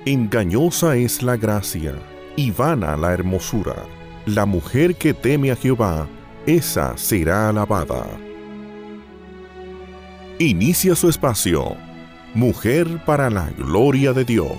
Engañosa es la gracia, y vana la hermosura. La mujer que teme a Jehová, esa será alabada. Inicia su espacio, Mujer para la Gloria de Dios.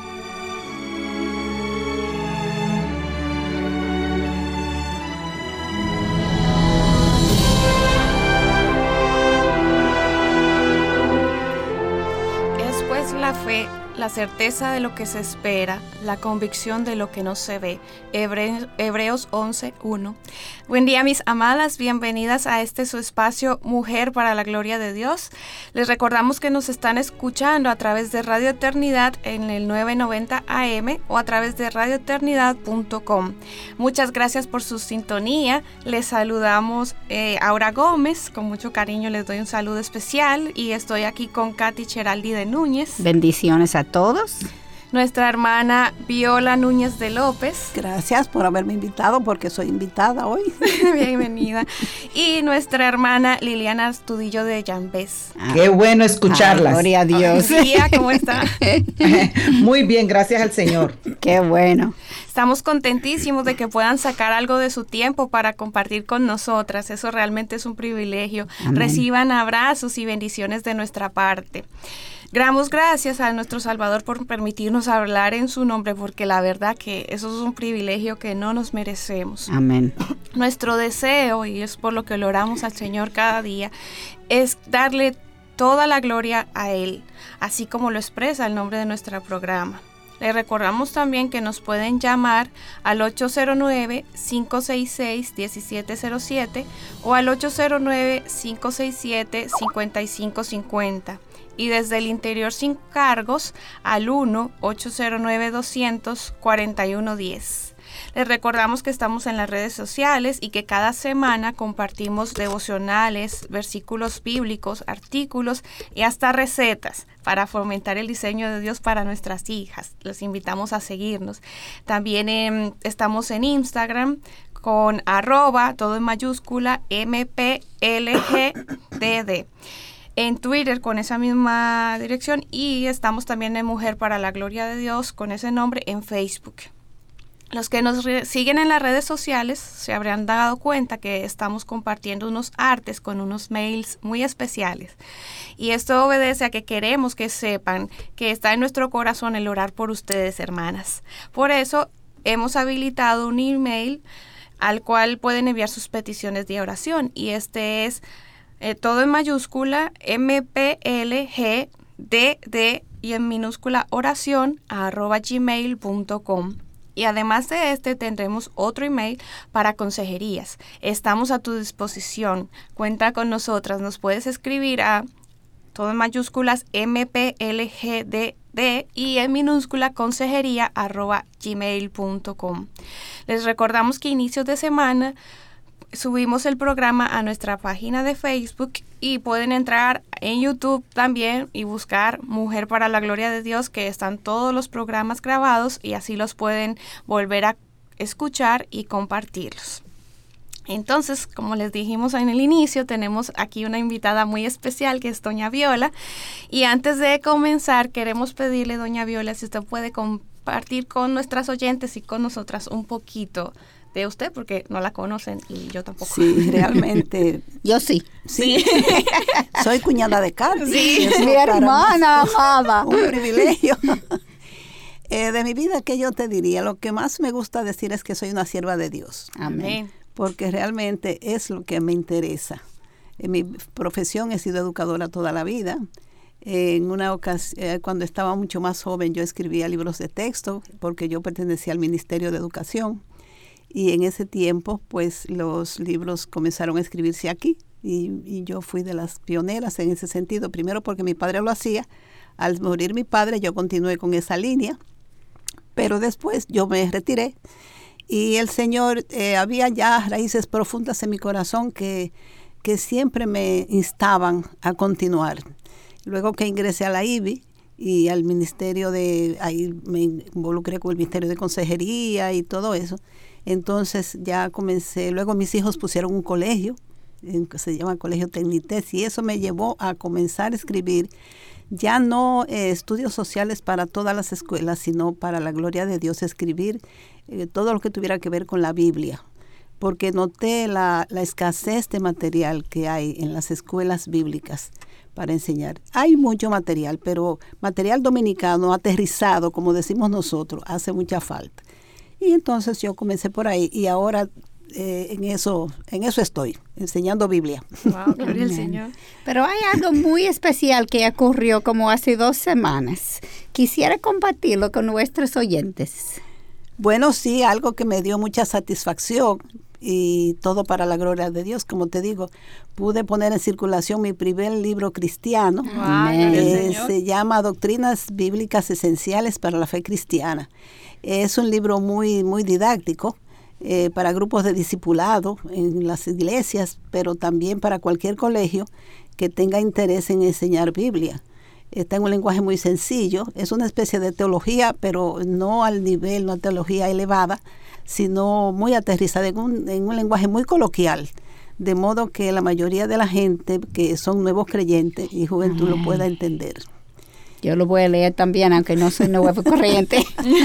Es pues la fe, la certeza de lo que se espera, la convicción de lo que no se ve. Hebreos 11:1. Buen día, mis amadas, bienvenidas a este su espacio Mujer para la Gloria de Dios. Les recordamos que nos están escuchando a través de Radio Eternidad en el 990 AM o a través de radioeternidad.com. Muchas gracias por su sintonía. Les saludamos Aura Gómez, con mucho cariño les doy un saludo especial y estoy aquí con Katy Cheraldi de Núñez. Bendiciones a todos. Nuestra hermana Viola Núñez de López. Gracias por haberme invitado, porque soy invitada hoy. Bienvenida. Y nuestra hermana Liliana Astudillo de Llambés. Qué bueno escucharlas. Gloria a Dios. Tía, ¿cómo está? Muy bien, gracias al Señor. Qué bueno. Estamos contentísimos de que puedan sacar algo de su tiempo para compartir con nosotras. Eso realmente es un privilegio. Amén. Reciban abrazos y bendiciones de nuestra parte. Damos gracias a nuestro Salvador por permitirnos hablar en su nombre, porque la verdad que eso es un privilegio que no nos merecemos. Amén. Nuestro deseo, y es por lo que lo oramos al Señor cada día, es darle toda la gloria a Él, así como lo expresa el nombre de nuestro programa. Le recordamos también que nos pueden llamar al 809-566-1707 o al 809-567-5550. Y desde el interior sin cargos al 1-809-200-4110. Les recordamos que estamos en las redes sociales y que cada semana compartimos devocionales, versículos bíblicos, artículos y hasta recetas para fomentar el diseño de Dios para nuestras hijas. Les invitamos a seguirnos. También estamos en Instagram con @ todo en mayúscula MPLGDD. En Twitter con esa misma dirección y estamos también en Mujer para la Gloria de Dios con ese nombre en Facebook. Los que nos siguen en las redes sociales se habrán dado cuenta que estamos compartiendo unos artes con unos mails muy especiales. Y esto obedece a que queremos que sepan que está en nuestro corazón el orar por ustedes, hermanas. Por eso hemos habilitado un email al cual pueden enviar sus peticiones de oración y este es todo en mayúscula, MPLGDD y en minúscula oración @gmail.com. Y además de este tendremos otro email para consejerías. Estamos a tu disposición. Cuenta con nosotras. Nos puedes escribir a todo en mayúsculas MPLGDD y en minúscula consejería @gmail.com. Les recordamos que inicios de semana subimos el programa a nuestra página de Facebook y pueden entrar en YouTube también y buscar Mujer para la Gloria de Dios, que están todos los programas grabados y así los pueden volver a escuchar y compartirlos. Entonces, como les dijimos en el inicio, tenemos aquí una invitada muy especial que es doña Viola. Y antes de comenzar, queremos pedirle, doña Viola, si usted puede compartir con nuestras oyentes y con nosotras un poquito de usted, porque no la conocen y yo tampoco. Sí, realmente. Yo sí. Sí. Soy cuñada de Katy. Sí, Eso mi hermana amada. Un privilegio. De mi vida, ¿qué yo te diría? Lo que más me gusta decir es que soy una sierva de Dios. Amén. Porque realmente es lo que me interesa. En mi profesión he sido educadora toda la vida. En una ocasión, cuando estaba mucho más joven, yo escribía libros de texto porque yo pertenecía al Ministerio de Educación. Y en ese tiempo, pues, los libros comenzaron a escribirse aquí. Y yo fui de las pioneras en ese sentido. Primero porque mi padre lo hacía. Al morir mi padre, yo continué con esa línea. Pero después yo me retiré. Y el Señor, había ya raíces profundas en mi corazón que siempre me instaban a continuar. Luego que ingresé a la IBI y al ministerio ahí me involucré con el ministerio de consejería y todo eso. Entonces ya comencé, luego mis hijos pusieron un colegio, se llama Colegio Tecnités, y eso me llevó a comenzar a escribir ya no estudios sociales para todas las escuelas, sino para la gloria de Dios, escribir todo lo que tuviera que ver con la Biblia, porque noté la escasez de material que hay en las escuelas bíblicas para enseñar. Hay mucho material, pero material dominicano aterrizado, como decimos nosotros, hace mucha falta. Y entonces yo comencé por ahí y ahora en eso estoy, enseñando Biblia. Wow, gloria al Señor. Pero hay algo muy especial que ocurrió como hace 2 semanas. Quisiera compartirlo con nuestros oyentes. Bueno, sí, algo que me dio mucha satisfacción y todo para la gloria de Dios. Como te digo, pude poner en circulación mi primer libro cristiano. Se llama Doctrinas Bíblicas Esenciales para la Fe Cristiana. Es un libro muy, muy didáctico para grupos de discipulado en las iglesias, pero también para cualquier colegio que tenga interés en enseñar Biblia. Está en un lenguaje muy sencillo, es una especie de teología, pero no al nivel, una teología elevada, sino muy aterrizada en un lenguaje muy coloquial, de modo que la mayoría de la gente que son nuevos creyentes y juventud lo pueda entender. Yo lo voy a leer también, aunque no soy nuevo corriente.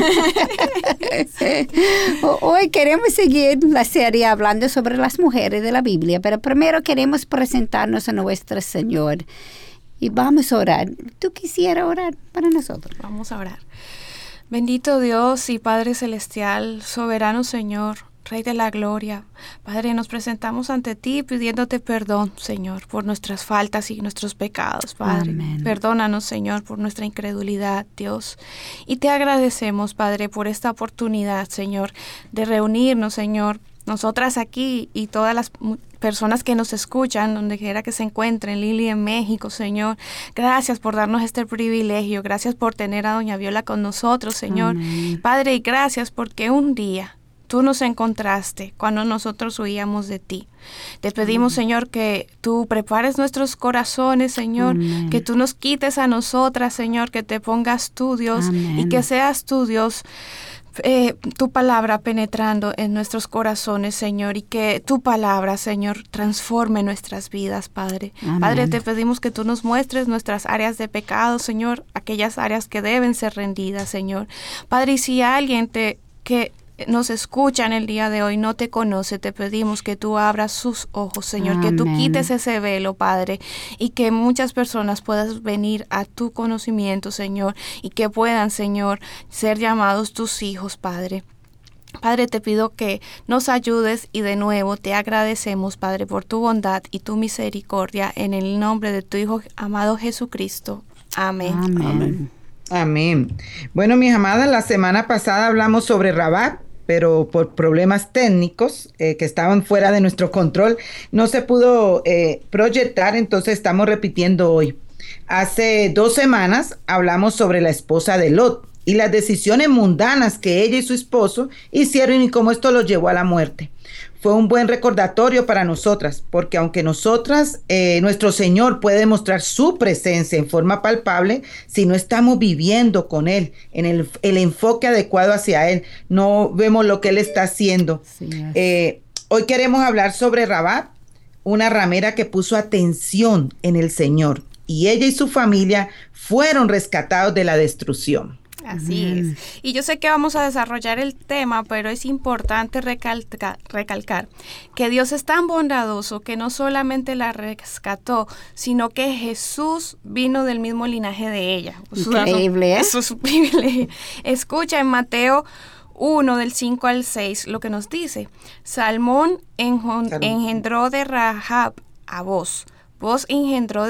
Hoy queremos seguir la serie hablando sobre las mujeres de la Biblia, pero primero queremos presentarnos a nuestro Señor. Y vamos a orar. ¿Tú quisieras orar para nosotros? Vamos a orar. Bendito Dios y Padre Celestial, soberano Señor, Rey de la Gloria. Padre, nos presentamos ante ti pidiéndote perdón, Señor, por nuestras faltas y nuestros pecados, Padre. Amén. Perdónanos, Señor, por nuestra incredulidad, Dios. Y te agradecemos, Padre, por esta oportunidad, Señor, de reunirnos, Señor, nosotras aquí y todas las personas que nos escuchan, donde quiera que se encuentren, Lili en México, Señor. Gracias por darnos este privilegio. Gracias por tener a doña Viola con nosotros, Señor. Amén. Padre, y gracias porque un día tú nos encontraste cuando nosotros huíamos de ti. Te pedimos, Señor, que tú prepares nuestros corazones, Señor, Amén. que tú nos quites a nosotras, Señor, que te pongas tú, Dios, Amén. y que seas tú, Dios, tu palabra penetrando en nuestros corazones, Señor, y que tu palabra, Señor, transforme nuestras vidas, Padre. Amén. Padre, te pedimos que tú nos muestres nuestras áreas de pecado, Señor, aquellas áreas que deben ser rendidas, Señor. Padre, y si alguien que nos escucha en el día de hoy no te conoce, te pedimos que tú abras sus ojos, Señor, Amén. que tú quites ese velo, Padre, y que muchas personas puedan venir a tu conocimiento, Señor, y que puedan, Señor, ser llamados tus hijos, Padre. Padre, te pido que nos ayudes y de nuevo te agradecemos, Padre, por tu bondad y tu misericordia en el nombre de tu Hijo amado Jesucristo. Amén. Amén. Amén. Amén. Bueno, mis amadas, la semana pasada hablamos sobre Rabab, pero por problemas técnicos que estaban fuera de nuestro control, no se pudo proyectar, entonces estamos repitiendo hoy. Hace 2 semanas hablamos sobre la esposa de Lot y las decisiones mundanas que ella y su esposo hicieron y cómo esto los llevó a la muerte. Fue un buen recordatorio para nosotras, porque aunque nosotras, nuestro Señor puede mostrar su presencia en forma palpable, si no estamos viviendo con Él, en el enfoque adecuado hacia Él, no vemos lo que Él está haciendo. Sí, es. Hoy queremos hablar sobre Rabab, una ramera que puso atención en el Señor, y ella y su familia fueron rescatados de la destrucción. Así es. Y yo sé que vamos a desarrollar el tema, pero es importante recalcar que Dios es tan bondadoso que no solamente la rescató, sino que Jesús vino del mismo linaje de ella. Increíble, ¿eh? Eso es un privilegio. Escucha en Mateo 1, del 5 al 6, lo que nos dice. Salmón engendró de Rahab a Boz. Boz engendró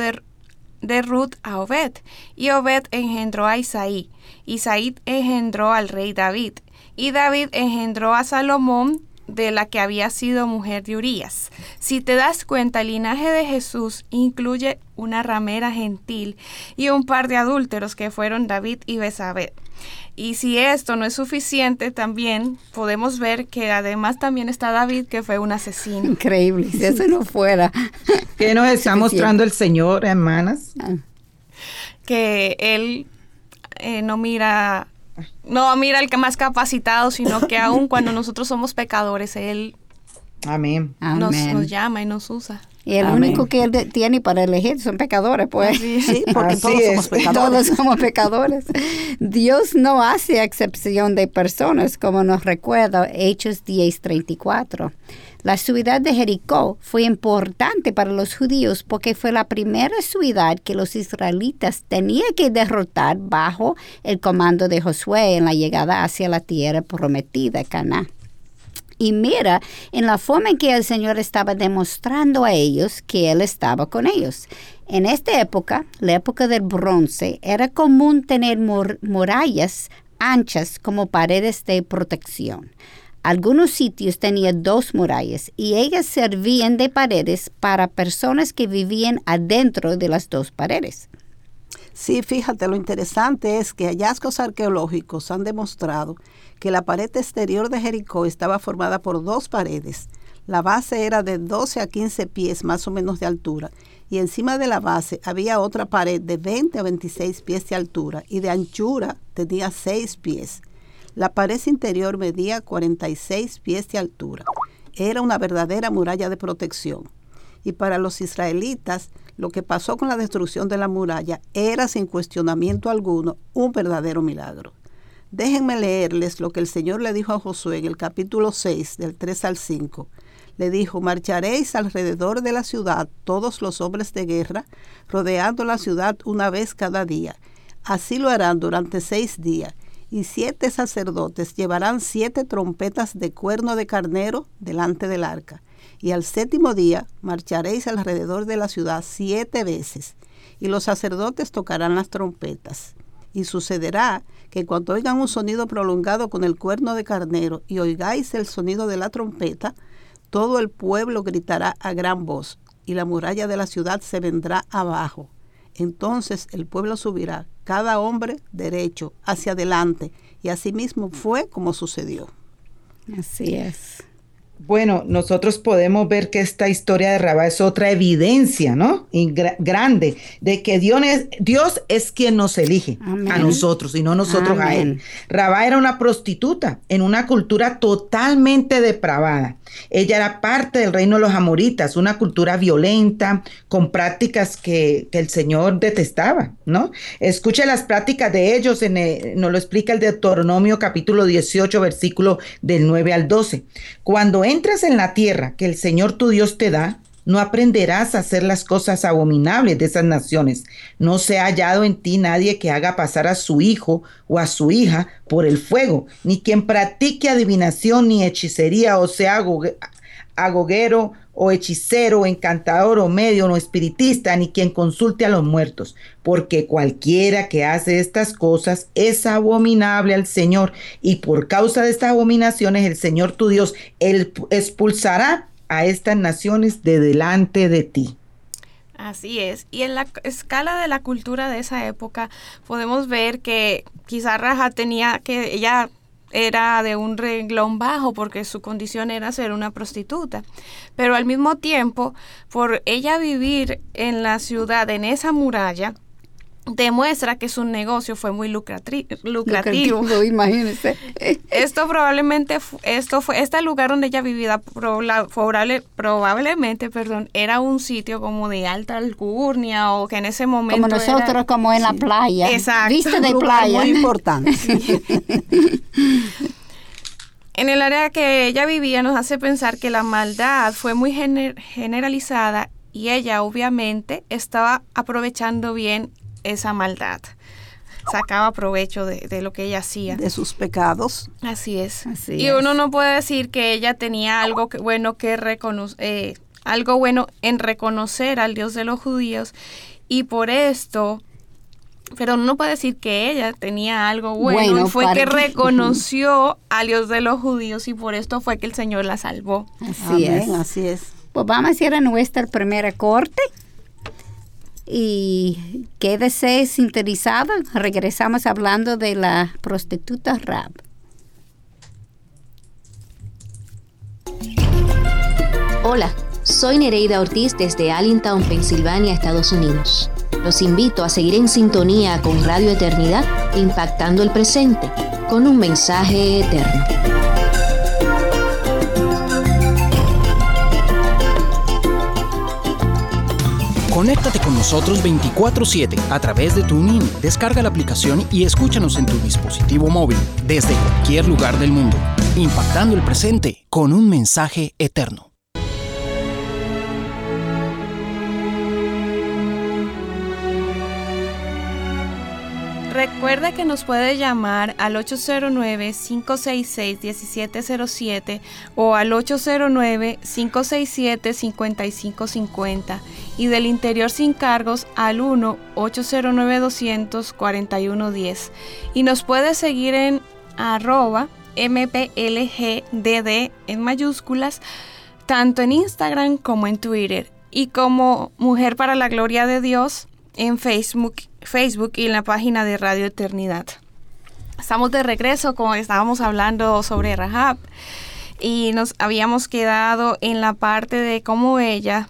de Ruth a Obed, y Obed engendró a Isaí. Isaí engendró al rey David, y David engendró a Salomón, de la que había sido mujer de Urías. Si te das cuenta, el linaje de Jesús incluye una ramera gentil y un par de adúlteros que fueron David y Betsabé. Y si esto no es suficiente, también podemos ver que además también está David, que fue un asesino. Increíble, si eso no fuera. ¿Qué nos está mostrando el Señor, hermanas? Que Él no mira al que más capacitado, sino que aun cuando nosotros somos pecadores, Él Amén. nos llama y nos usa. Y el único que él tiene para elegir son pecadores, pues. Sí, porque todos somos pecadores. Todos somos pecadores. Dios no hace excepción de personas, como nos recuerda Hechos 10:34. La ciudad de Jericó fue importante para los judíos porque fue la primera ciudad que los israelitas tenían que derrotar bajo el comando de Josué en la llegada hacia la tierra prometida, Canaán. Y mira en la forma en que el Señor estaba demostrando a ellos que Él estaba con ellos. En esta época, la época del bronce, era común tener murallas anchas como paredes de protección. Algunos sitios tenían 2 murallas y ellas servían de paredes para personas que vivían adentro de las 2 paredes. Sí, fíjate, lo interesante es que hallazgos arqueológicos han demostrado que la pared exterior de Jericó estaba formada por 2 paredes. La base era de 12 a 15 pies más o menos de altura y encima de la base había otra pared de 20 a 26 pies de altura y de anchura tenía 6 pies. La pared interior medía 46 pies de altura. Era una verdadera muralla de protección. Y para los israelitas, lo que pasó con la destrucción de la muralla era sin cuestionamiento alguno un verdadero milagro. Déjenme leerles lo que el Señor le dijo a Josué en el capítulo 6, del 3 al 5. Le dijo: marcharéis alrededor de la ciudad todos los hombres de guerra, rodeando la ciudad una vez cada día. Así lo harán durante 6 días. Y 7 sacerdotes llevarán 7 trompetas de cuerno de carnero delante del arca. Y al 7º día marcharéis alrededor de la ciudad 7 veces. Y los sacerdotes tocarán las trompetas. Y sucederá que cuando oigan un sonido prolongado con el cuerno de carnero y oigáis el sonido de la trompeta, todo el pueblo gritará a gran voz, y la muralla de la ciudad se vendrá abajo. Entonces el pueblo subirá, cada hombre derecho, hacia adelante, y así mismo fue como sucedió. Así es. Bueno, nosotros podemos ver que esta historia de Rabá es otra evidencia, ¿no? Grande, de que Dios es quien nos elige. Amén. A nosotros y no nosotros Amén. A Él. Rabá era una prostituta en una cultura totalmente depravada. Ella era parte del reino de los amoritas, una cultura violenta, con prácticas que el Señor detestaba, ¿no? Escuche las prácticas de ellos, nos lo explica el Deuteronomio capítulo 18, versículo del 9 al 12. Cuando entras en la tierra que el Señor tu Dios te da, no aprenderás a hacer las cosas abominables de esas naciones. No se ha hallado en ti nadie que haga pasar a su hijo o a su hija por el fuego, ni quien practique adivinación ni hechicería, o sea, agoguero o hechicero, o encantador o medio o espiritista, ni quien consulte a los muertos, porque cualquiera que hace estas cosas es abominable al Señor, y por causa de estas abominaciones el Señor tu Dios expulsará a estas naciones de delante de ti. Así es. Y en la escala de la cultura de esa época podemos ver que quizá Rahab ella era de un renglón bajo porque su condición era ser una prostituta. Pero al mismo tiempo, por ella vivir en la ciudad, en esa muralla, demuestra que su negocio fue muy lucrativo. Imagínese. Este lugar donde ella vivía probablemente, era un sitio como de alta alcurnia, o que en ese momento como nosotros, como en la playa. Exacto. Vista de playa. Muy importante. Sí. En el área que ella vivía nos hace pensar que la maldad fue muy generalizada, y ella obviamente estaba aprovechando bien esa maldad. Sacaba provecho de lo que ella hacía. De sus pecados. Así es. Uno no puede decir que ella tenía algo bueno en reconocer al Dios de los judíos, y por esto, pero uno no puede decir que ella tenía algo bueno y fue que reconoció al Dios de los judíos, y por esto fue que el Señor la salvó. Así es. Pues vamos a ir a nuestra primera corte. Y quédese sintonizado. Regresamos hablando de la prostituta Rahab. Hola, soy Nereida Ortiz desde Allentown, Pensilvania, Estados Unidos. Los invito a seguir en sintonía con Radio Eternidad, impactando el presente con un mensaje eterno. Conéctate con nosotros 24/7 a través de TuneIn. Descarga la aplicación y escúchanos en tu dispositivo móvil desde cualquier lugar del mundo, impactando el presente con un mensaje eterno. Recuerda que nos puede llamar al 809-566-1707 o al 809-567-5550 y del interior sin cargos al 1-809-200-4110. Y nos puede seguir en @mplgdd en mayúsculas, tanto en Instagram como en Twitter, y como Mujer para la Gloria de Dios en Facebook y en la página de Radio Eternidad. Estamos de regreso, como estábamos hablando sobre Rahab, y nos habíamos quedado en la parte de cómo ella,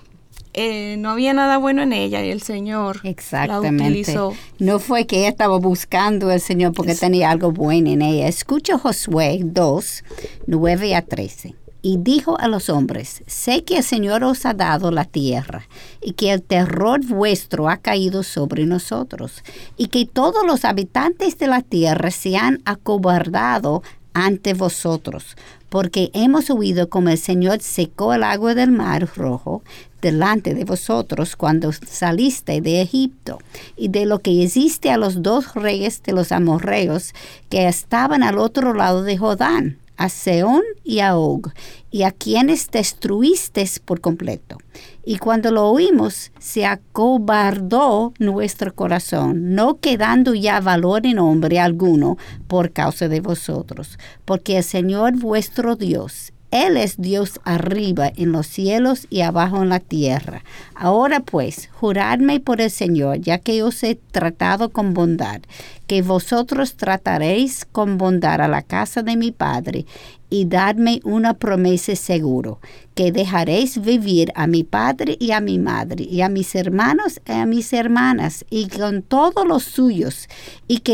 no había nada bueno en ella y el Señor la utilizó. No fue que ella estaba buscando al Señor porque tenía algo bueno en ella. Escucha Josué 2, 9 a 13. Y dijo a los hombres: sé que el Señor os ha dado la tierra, y que el terror vuestro ha caído sobre nosotros, y que todos los habitantes de la tierra se han acobardado ante vosotros, porque hemos oído como el Señor secó el agua del mar Rojo delante de vosotros cuando saliste de Egipto, y de lo que hiciste a los 2 reyes de los amorreos que estaban al otro lado de Jordán, a Sehón y a Og, y a quienes destruiste por completo. Y cuando lo oímos, se acobardó nuestro corazón, no quedando ya valor en hombre alguno por causa de vosotros, porque el Señor vuestro Dios, Él es Dios arriba en los cielos y abajo en la tierra. Ahora pues, juradme por el Señor, ya que os he tratado con bondad, que vosotros trataréis con bondad a la casa de mi padre, y dadme una promesa seguro, que dejaréis vivir a mi padre y a mi madre, y a mis hermanos y a mis hermanas, y con todos los suyos, y que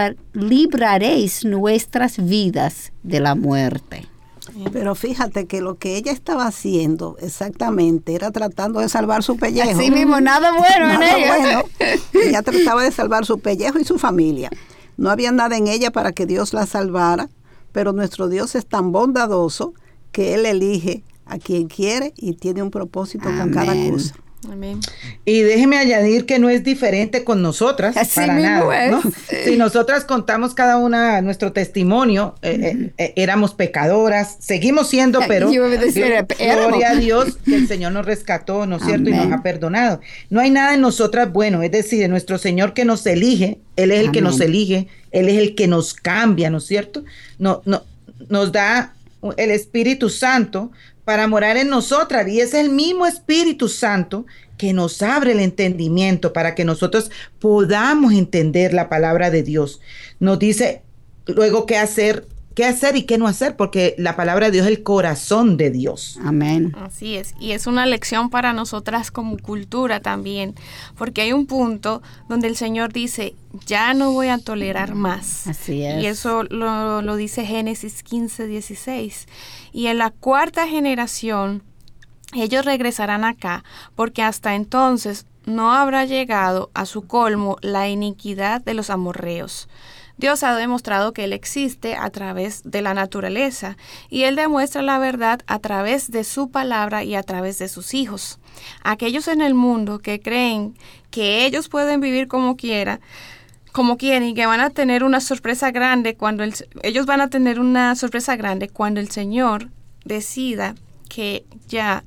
libraréis nuestras vidas de la muerte. Pero fíjate que lo que ella estaba haciendo exactamente era tratando de salvar su pellejo. Así mismo, nada bueno en ella. Bueno. Ella trataba de salvar su pellejo y su familia. No había nada en ella para que Dios la salvara, pero nuestro Dios es tan bondadoso que Él elige a quien quiere y tiene un propósito con cada cosa. Amén. Y déjeme añadir que no es diferente con nosotras, así para nada, ¿no? Si nosotras contamos cada una nuestro testimonio, éramos pecadoras, seguimos siendo, pero gloria a Dios que el Señor nos rescató, ¿no es cierto? Y nos ha perdonado. No hay nada en nosotras bueno, es decir, nuestro Señor que nos elige, Él es el que nos elige, Él es el que nos cambia, ¿no es cierto? Nos da el Espíritu Santo para morar en nosotras, y es el mismo Espíritu Santo que nos abre el entendimiento para que nosotros podamos entender la palabra de Dios. Nos dice luego qué hacer y qué no hacer, porque la palabra de Dios es el corazón de Dios. Amén. Así es, y es una lección para nosotras como cultura también, porque hay un punto donde el Señor dice: ya no voy a tolerar más. Así es. Y eso lo dice Génesis 15:16. Y en la 4ª generación ellos regresarán acá, porque hasta entonces no habrá llegado a su colmo la iniquidad de los amorreos. Dios ha demostrado que Él existe a través de la naturaleza, y Él demuestra la verdad a través de su palabra y a través de sus hijos. Aquellos en el mundo que creen que ellos pueden vivir como quieren, y que van a tener una sorpresa grande cuando ellos van a tener una sorpresa grande cuando el Señor decida que ya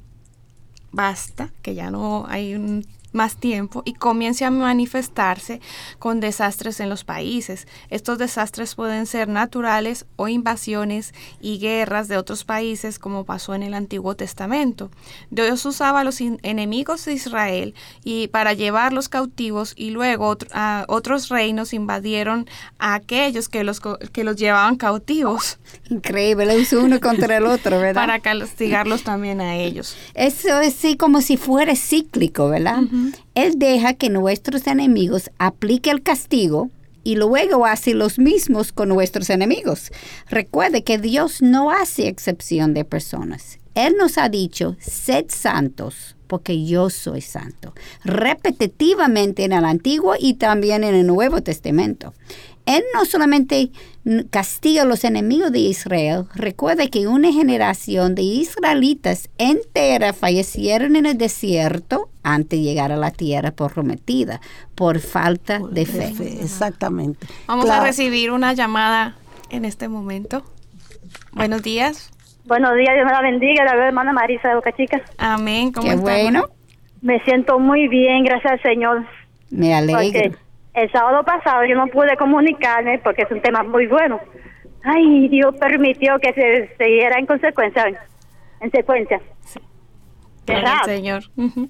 basta, que ya no hay más tiempo, y comience a manifestarse con desastres en los países. Estos desastres pueden ser naturales o invasiones y guerras de otros países, como pasó en el Antiguo Testamento. Dios usaba a los enemigos de Israel y para llevarlos cautivos, y luego otros reinos invadieron a aquellos que los llevaban cautivos. Increíble, es uno contra el otro, ¿verdad? Para castigarlos también a ellos. Eso es así como si fuera cíclico, ¿verdad? Uh-huh. Él deja que nuestros enemigos apliquen el castigo y luego hace los mismos con nuestros enemigos. Recuerde que Dios no hace excepción de personas. Él nos ha dicho, sed santos, porque yo soy santo. Repetitivamente en el Antiguo y también en el Nuevo Testamento. Él no solamente castiga a los enemigos de Israel. Recuerda que una generación de israelitas entera fallecieron en el desierto antes de llegar a la tierra prometida por falta de fe. Exactamente. Vamos a recibir una llamada en este momento. Buenos días. Buenos días, Dios me la bendiga. La hermana Marisa de Boca Chica. Amén. ¿Cómo Qué está? bueno. Me siento muy bien, gracias al Señor. Me alegro. Porque el sábado pasado yo no pude comunicarme porque es un tema muy bueno. Ay, Dios permitió que se siguiera en secuencia. Gloria al Señor.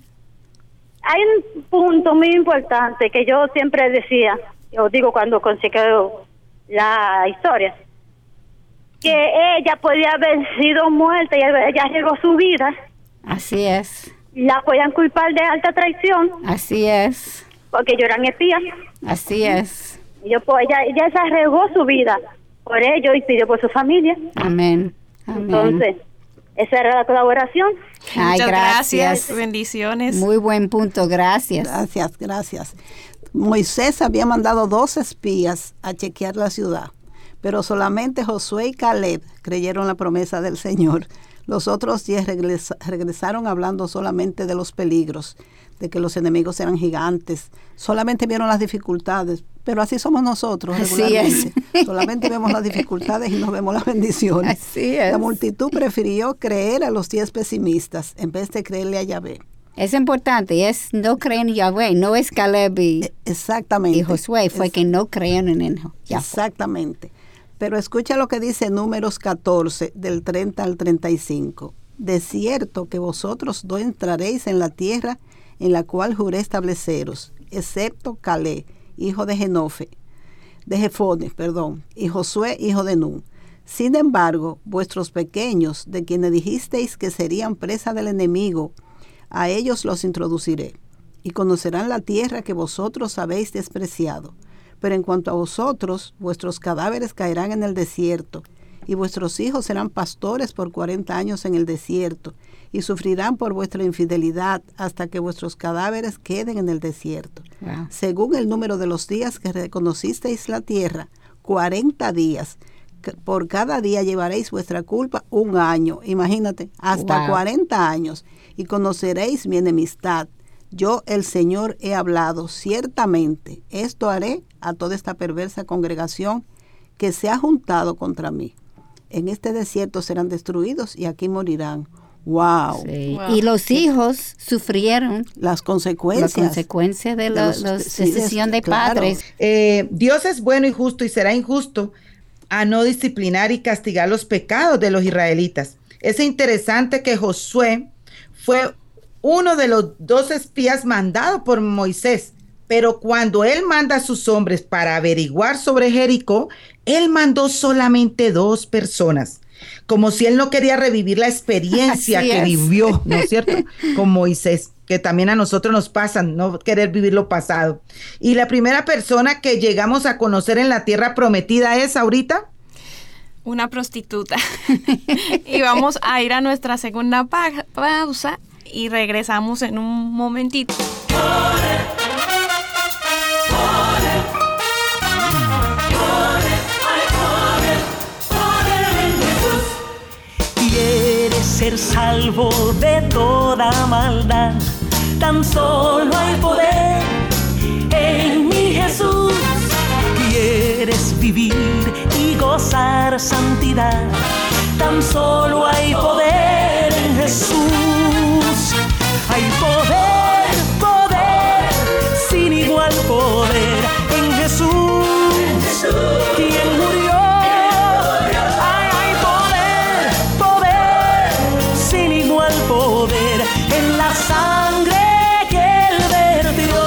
Hay un punto muy importante que yo siempre decía, yo digo cuando consigo la historia, que ella podía haber sido muerta y ella llegó su vida. Así es. La podían culpar de alta traición. Así es. Porque yo eran espías. Así es. Y yo, pues, ella se arriesgó su vida por ello y pidió por su familia. Amén. Amén. Entonces, esa era la colaboración. Ay, muchas gracias. Bendiciones. Muy buen punto, gracias. Gracias. Moisés había mandado 2 espías a chequear la ciudad, pero solamente Josué y Caleb creyeron la promesa del Señor. Los otros 10 regresaron hablando solamente de los peligros, de que los enemigos eran gigantes. Solamente vieron las dificultades, pero así somos nosotros regularmente. Solamente vemos las dificultades y no vemos las bendiciones. Así es. La multitud prefirió creer a los 10 pesimistas en vez de creerle a Yahvé. Es importante, es no creer en Yahvé, no es Caleb Exactamente. y Josué, fue que no creyeron en Yahvé. Exactamente. Pero escucha lo que dice Números 14, del 30 al 35. De cierto que vosotros no entraréis en la tierra en la cual juré estableceros, excepto Caleb, hijo de Jefone, y Josué, hijo de Nun. Sin embargo, vuestros pequeños, de quienes dijisteis que serían presa del enemigo, a ellos los introduciré, y conocerán la tierra que vosotros habéis despreciado. Pero en cuanto a vosotros, vuestros cadáveres caerán en el desierto, y vuestros hijos serán pastores por 40 años en el desierto, y sufrirán por vuestra infidelidad hasta que vuestros cadáveres queden en el desierto. Wow. Según el número de los días que reconocisteis la tierra, 40 días. Por cada día llevaréis vuestra culpa 1 año. Imagínate, hasta 40 años. Y conoceréis mi enemistad. Yo, el Señor, he hablado. Ciertamente, esto haré a toda esta perversa congregación que se ha juntado contra mí. En este desierto serán destruidos y aquí morirán. ¡Wow! Sí. Wow. Y los hijos sufrieron las consecuencias. De la decisión de padres. Dios es bueno y justo y será injusto a no disciplinar y castigar los pecados de los israelitas. Es interesante que Josué fue uno de los 2 espías mandados por Moisés, pero cuando él manda a sus hombres para averiguar sobre Jericó, él mandó solamente 2 personas, como si él no quería revivir la experiencia que vivió, ¿no es cierto?, con Moisés, que también a nosotros nos pasa, no querer vivir lo pasado. Y la primera persona que llegamos a conocer en la tierra prometida es ahorita una prostituta. Y vamos a ir a nuestra segunda pausa y regresamos en un momentito. ¿Quieres ser salvo de toda maldad? Tan solo hay poder en mi Jesús. ¿Quieres vivir y gozar santidad? Tan solo hay poder en Jesús. Hay poder, poder, sin igual poder en Jesús, quien murió. Hay poder, poder, sin igual poder en la sangre que Él vertió.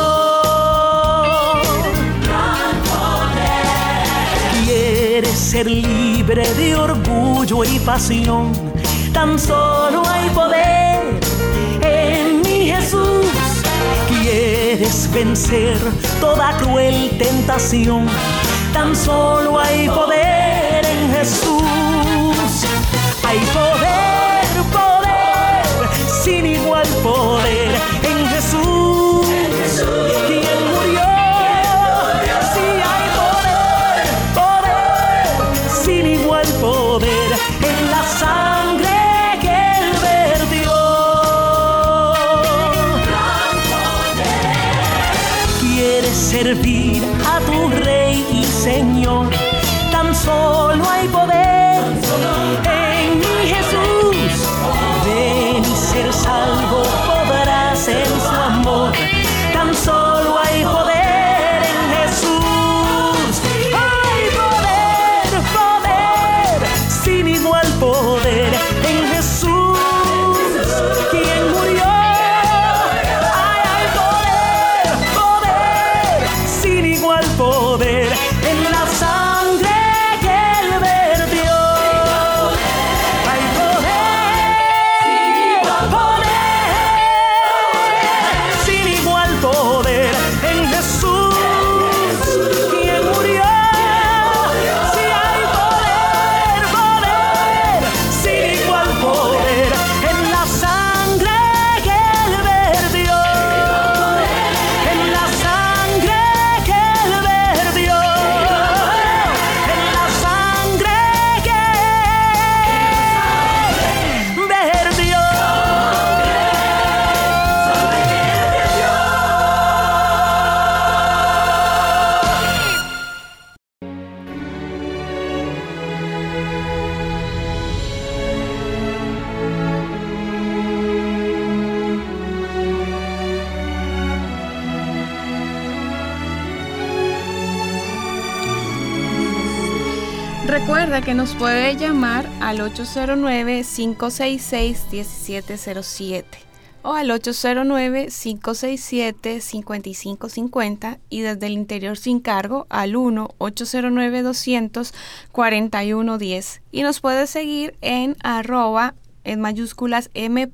Gran poder. ¿Quieres ser libre de orgullo y pasión? Tan solo hay poder en mi Jesús. ¿Quieres vencer toda cruel tentación? Tan solo hay poder en Jesús. Hay poder, poder. Recuerda que nos puede llamar al 809-566-1707 o al 809-567-5550 y desde el interior sin cargo al 1-809-200-4110. Y nos puede seguir en @ en mayúsculas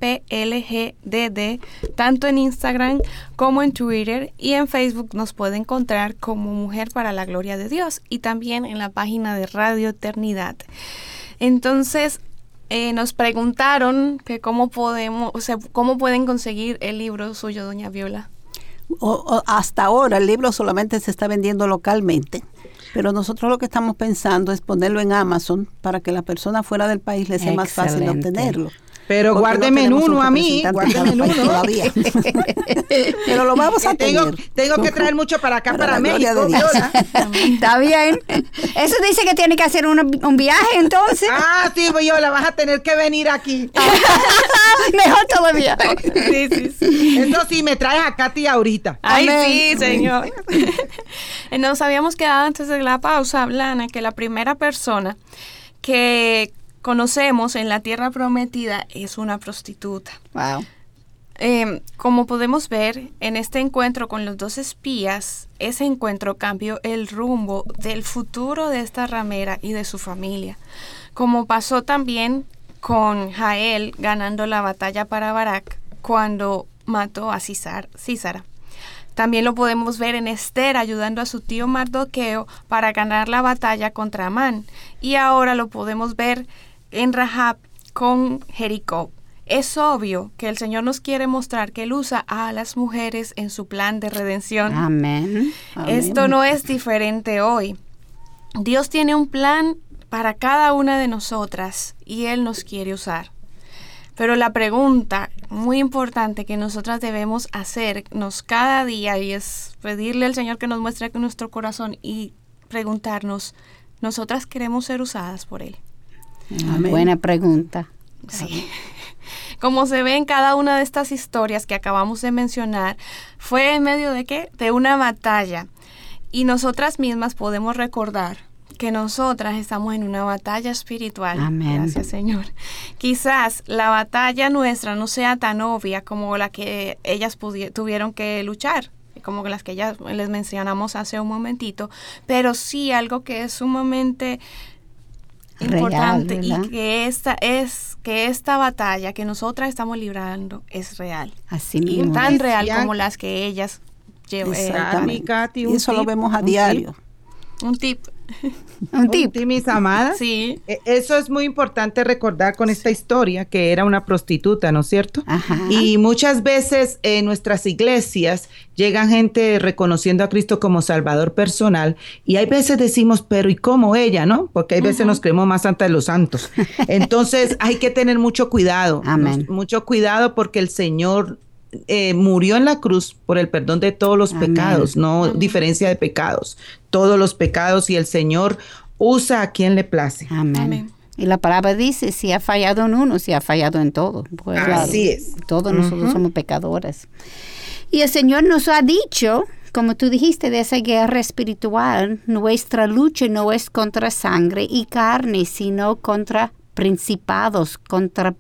MPLGDD, tanto en Instagram como en Twitter, y en Facebook nos puede encontrar como Mujer para la Gloria de Dios y también en la página de Radio Eternidad. Entonces, nos preguntaron que cómo pueden conseguir el libro suyo, doña Viola. Hasta ahora el libro solamente se está vendiendo localmente, pero nosotros lo que estamos pensando es ponerlo en Amazon para que la persona fuera del país le sea más fácil de obtenerlo. Pero guárdeme en uno a mí, guárdeme en uno. Todavía. Pero lo vamos a tener. Tengo que traer mucho para acá, para México. Está bien. Eso dice que tiene que hacer un viaje, entonces. Ah, sí, Viola, vas a tener que venir aquí. Mejor todavía. Sí. Eso sí, me traes a Katy ahorita. Ay, sí, señor. Nos habíamos quedado antes de la pausa, Blana, que la primera persona que conocemos en la tierra prometida es una prostituta. Wow. Como podemos ver en este encuentro con los 2 espías, ese encuentro cambió el rumbo del futuro de esta ramera y de su familia, como pasó también con Jael ganando la batalla para Barak cuando mató a Sísara. También lo podemos ver en Esther ayudando a su tío Mardoqueo para ganar la batalla contra Amán, y ahora lo podemos ver en Rahab con Jericó. Es obvio que el Señor nos quiere mostrar que Él usa a las mujeres en su plan de redención. Amén. Esto no es diferente hoy. Dios tiene un plan para cada una de nosotras y Él nos quiere usar. Pero la pregunta muy importante que nosotras debemos hacernos cada día y es pedirle al Señor que nos muestre nuestro corazón y preguntarnos, ¿nosotras queremos ser usadas por Él? Amén. Buena pregunta. Sí. Como se ve en cada una de estas historias que acabamos de mencionar, fue en medio de ¿qué? De una batalla. Y nosotras mismas podemos recordar que nosotras estamos en una batalla espiritual. Amén. Gracias, Señor. Quizás la batalla nuestra no sea tan obvia como la que ellas tuvieron que luchar, como las que ya les mencionamos hace un momentito, pero sí algo que es sumamente importante real, y que esta batalla que nosotras estamos librando es real. Así mismo. Y tan real como las que ellas llevan. Y eso lo vemos a diario. Un tip. Un tip, mis amadas. Sí. Eso es muy importante recordar con esta historia, que era una prostituta, ¿no es cierto? Ajá. Y muchas veces en nuestras iglesias llegan gente reconociendo a Cristo como Salvador personal, y hay veces decimos, pero ¿y cómo ella, no? Porque hay veces nos creemos más santas de los santos. Entonces hay que tener mucho cuidado. Amén. Mucho cuidado, porque el Señor murió en la cruz por el perdón de todos los pecados, no diferencia de pecados, todos los pecados, y el Señor usa a quien le place. Amén. Y la palabra dice, si ha fallado en uno, si ha fallado en todo. Pues, así es. Todos nosotros somos pecadores. Y el Señor nos ha dicho, como tú dijiste, de esa guerra espiritual, nuestra lucha no es contra sangre y carne, sino contra principados, contra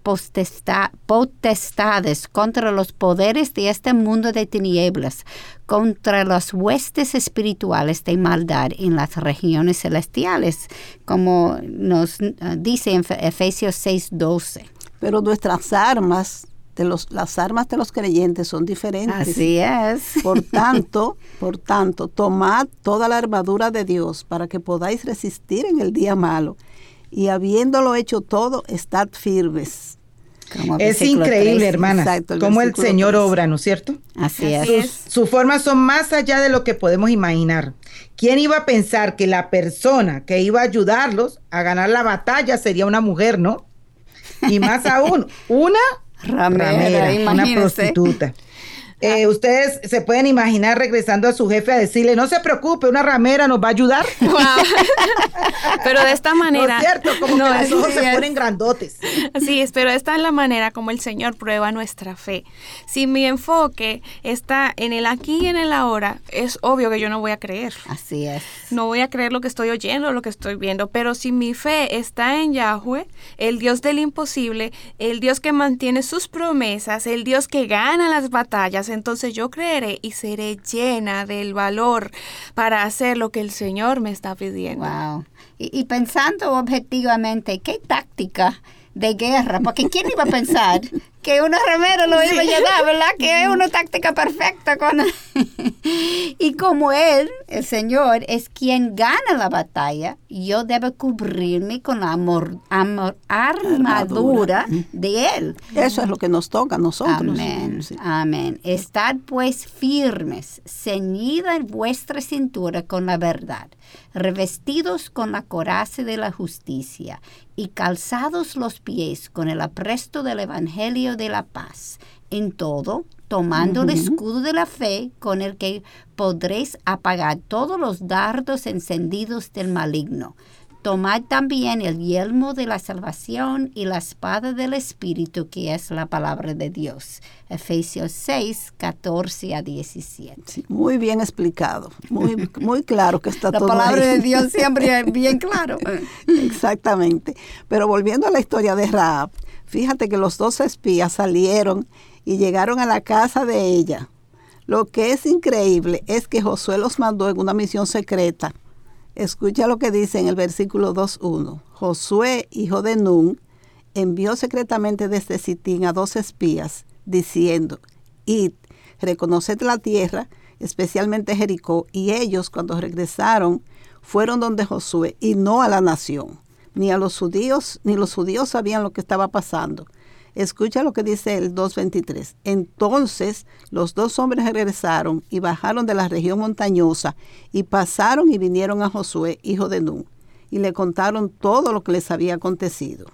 potestades, contra los poderes de este mundo de tinieblas, contra las huestes espirituales de maldad en las regiones celestiales, como nos dice en Efesios 6:12. Pero nuestras armas, las armas de los creyentes son diferentes. Así es. Por tanto, tomad toda la armadura de Dios para que podáis resistir en el día malo. Y habiéndolo hecho todo, estad firmes. Es increíble, hermanas, cómo el Señor obra, ¿no es cierto? Así es. Sus formas son más allá de lo que podemos imaginar. ¿Quién iba a pensar que la persona que iba a ayudarlos a ganar la batalla sería una mujer, no? Y más aún, una ramera, una prostituta. Ustedes se pueden imaginar regresando a su jefe a decirle, no se preocupe, una ramera nos va a ayudar. Wow. Pero de esta manera... No es cierto, como que los ojos se ponen grandotes. Así es, pero esta es la manera como el Señor prueba nuestra fe. Si mi enfoque está en el aquí y en el ahora, es obvio que yo no voy a creer. Así es. No voy a creer lo que estoy oyendo, lo que estoy viendo, pero si mi fe está en Yahweh, el Dios del imposible, el Dios que mantiene sus promesas, el Dios que gana las batallas, entonces yo creeré y seré llena del valor para hacer lo que el Señor me está pidiendo. Wow. Y pensando objetivamente, ¿qué táctica de guerra? Porque ¿quién iba a pensar que una ramera lo iba a llevar, verdad? Que es una táctica perfecta. Y como Él, el Señor, es quien gana la batalla, yo debo cubrirme con la armadura de Él. Eso es lo que nos toca a nosotros. Amén, sí. amén. Estad pues firmes, ceñida en vuestra cintura con la verdad, revestidos con la coraza de la justicia y calzados los pies con el apresto del evangelio de la paz. En todo, tomando el escudo de la fe con el que podréis apagar todos los dardos encendidos del maligno. Tomad también el yelmo de la salvación y la espada del Espíritu, que es la palabra de Dios. Efesios 6, 14 a 17. Sí, muy bien explicado, muy claro que está todo ahí. La palabra de Dios siempre es bien claro. Exactamente. Pero volviendo a la historia de Rahab, fíjate que los 2 espías salieron y llegaron a la casa de ella. Lo que es increíble es que Josué los mandó en una misión secreta. Escucha lo que dice en el versículo 2:1. Josué, hijo de Nun, envió secretamente desde Sitín a 2 espías, diciendo, id, reconoced la tierra, especialmente Jericó. Y ellos, cuando regresaron, fueron donde Josué, y no a la nación. Ni los judíos sabían lo que estaba pasando. Escucha lo que dice el 2:23. Entonces los 2 hombres regresaron y bajaron de la región montañosa y pasaron y vinieron a Josué, hijo de Nun, y le contaron todo lo que les había acontecido.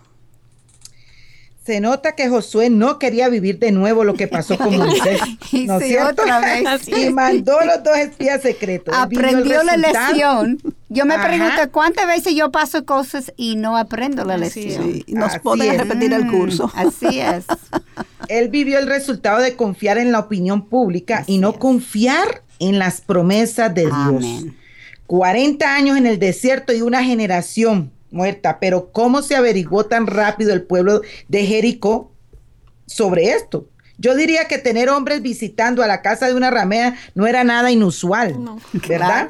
Se nota que Josué no quería vivir de nuevo lo que pasó con Moisés, ¿no es cierto? Otra vez. Y mandó los 2 espías secretos. Aprendió la lección. Yo me pregunto cuántas veces yo paso cosas y no aprendo la lección. Sí, y nos pueden repetir el curso. Así es. Él vivió el resultado de confiar en la opinión pública Así y no es. confiar en las promesas de Dios. Amén. 40 años en el desierto y una generación muerta, pero ¿cómo se averiguó tan rápido el pueblo de Jericó sobre esto? Yo diría que tener hombres visitando a la casa de una ramera no era nada inusual, No. ¿verdad?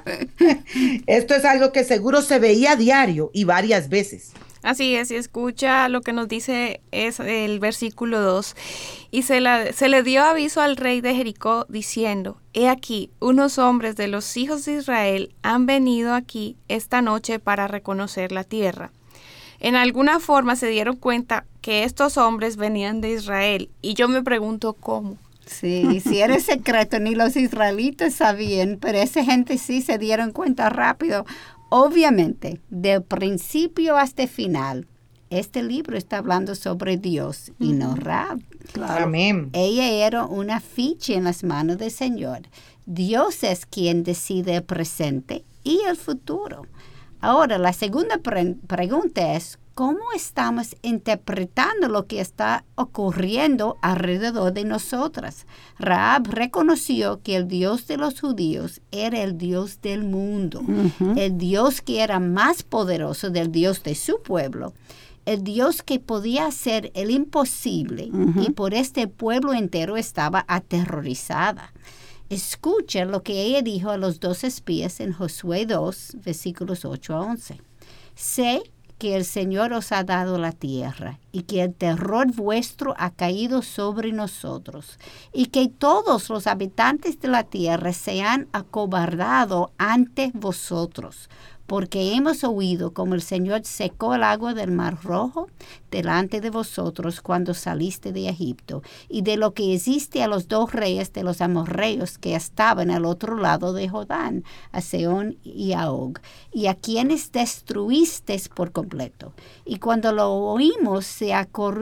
Esto es algo que seguro se veía a diario y varias veces. Así es, y escucha lo que nos dice es el versículo 2. Y se le dio aviso al rey de Jericó diciendo, he aquí, unos hombres de los hijos de Israel han venido aquí esta noche para reconocer la tierra. En alguna forma se dieron cuenta que estos hombres venían de Israel, y yo me pregunto cómo. Sí, si era secreto, ni los israelitas sabían, pero esa gente sí se dieron cuenta rápido. Obviamente, de principio hasta final, este libro está hablando sobre Dios y no Rahab. Claro. Amén. Ella era una ficha en las manos del Señor. Dios es quien decide el presente y el futuro. Ahora, la segunda pregunta es, ¿cómo estamos interpretando lo que está ocurriendo alrededor de nosotras? Rahab reconoció que el Dios de los judíos era el Dios del mundo, el Dios que era más poderoso del Dios de su pueblo, el Dios que podía hacer el imposible, y por este pueblo entero estaba aterrorizada. Escucha lo que ella dijo a los 2 espías en Josué 2, versículos 8 a 11. Sé que el Señor os ha dado la tierra, y que el terror vuestro ha caído sobre nosotros, y que todos los habitantes de la tierra se han acobardado ante vosotros, porque hemos oído como el Señor secó el agua del Mar Rojo delante de vosotros cuando saliste de Egipto, y de lo que hiciste a los 2 reyes de los amorreos que estaban al otro lado de Jordán, a Sehón y a Og, y a quienes destruiste por completo. Y cuando lo oímos, se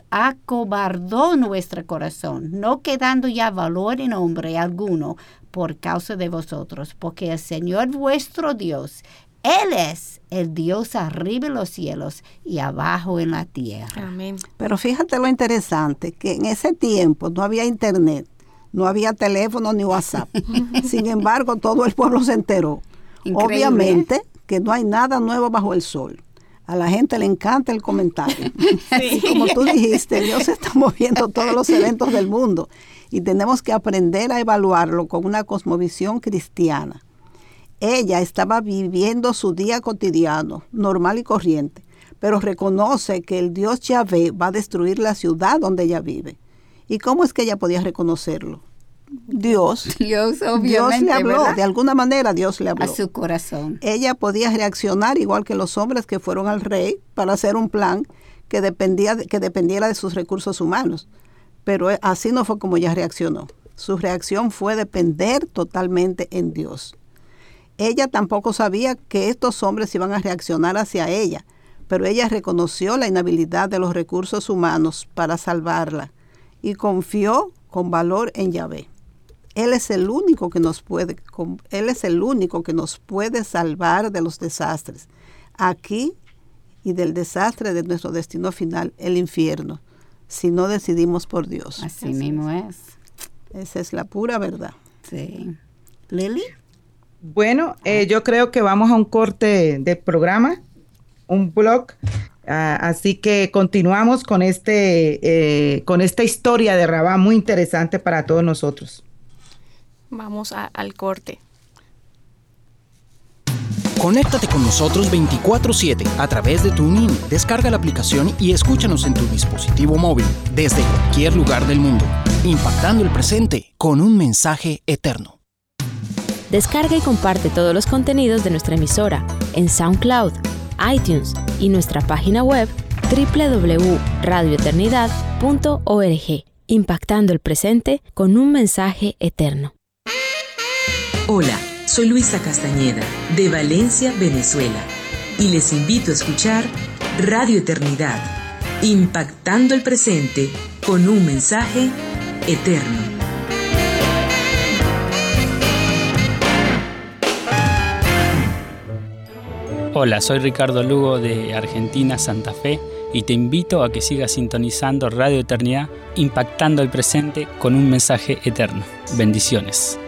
acobardó nuestro corazón, no quedando ya valor en hombre alguno por causa de vosotros, porque el Señor vuestro Dios, Él es el Dios arriba en los cielos y abajo en la tierra. Amén. Pero fíjate lo interesante, que en ese tiempo no había internet, no había teléfono ni WhatsApp. Sin embargo, todo el pueblo se enteró. Increíble. Obviamente que no hay nada nuevo bajo el sol. A la gente le encanta el comentario. Sí. Como tú dijiste, Dios está moviendo todos los eventos del mundo y tenemos que aprender a evaluarlo con una cosmovisión cristiana. Ella estaba viviendo su día cotidiano, normal y corriente, pero reconoce que el Dios Yahvé va a destruir la ciudad donde ella vive. ¿Y cómo es que ella podía reconocerlo? Dios Obviamente, le habló, ¿verdad? de alguna manera Dios le habló. A su corazón. Ella podía reaccionar igual que los hombres que fueron al rey para hacer un plan que dependiera de sus recursos humanos. Pero así no fue como ella reaccionó. Su reacción fue depender totalmente en Dios. Ella tampoco sabía que estos hombres iban a reaccionar hacia ella, pero ella reconoció la inhabilidad de los recursos humanos para salvarla y confió con valor en Yahvé. Él es el único que nos puede salvar de los desastres aquí y del desastre de nuestro destino final, el infierno, si no decidimos por Dios. Así mismo es. Esa es la pura verdad. Sí. Lili. Bueno, yo creo que vamos a un corte de programa, un blog, así que continuamos con esta historia de Rabá muy interesante para todos nosotros. Vamos al corte. Conéctate con nosotros 24/7 a través de TuneIn. Descarga la aplicación y escúchanos en tu dispositivo móvil desde cualquier lugar del mundo, impactando el presente con un mensaje eterno. Descarga y comparte todos los contenidos de nuestra emisora en SoundCloud, iTunes y nuestra página web www.radioeternidad.org, impactando el presente con un mensaje eterno. Hola, soy Luisa Castañeda, de Valencia, Venezuela, y les invito a escuchar Radio Eternidad, impactando el presente con un mensaje eterno. Hola, soy Ricardo Lugo de Argentina, Santa Fe, y te invito a que sigas sintonizando Radio Eternidad, impactando el presente con un mensaje eterno. Bendiciones.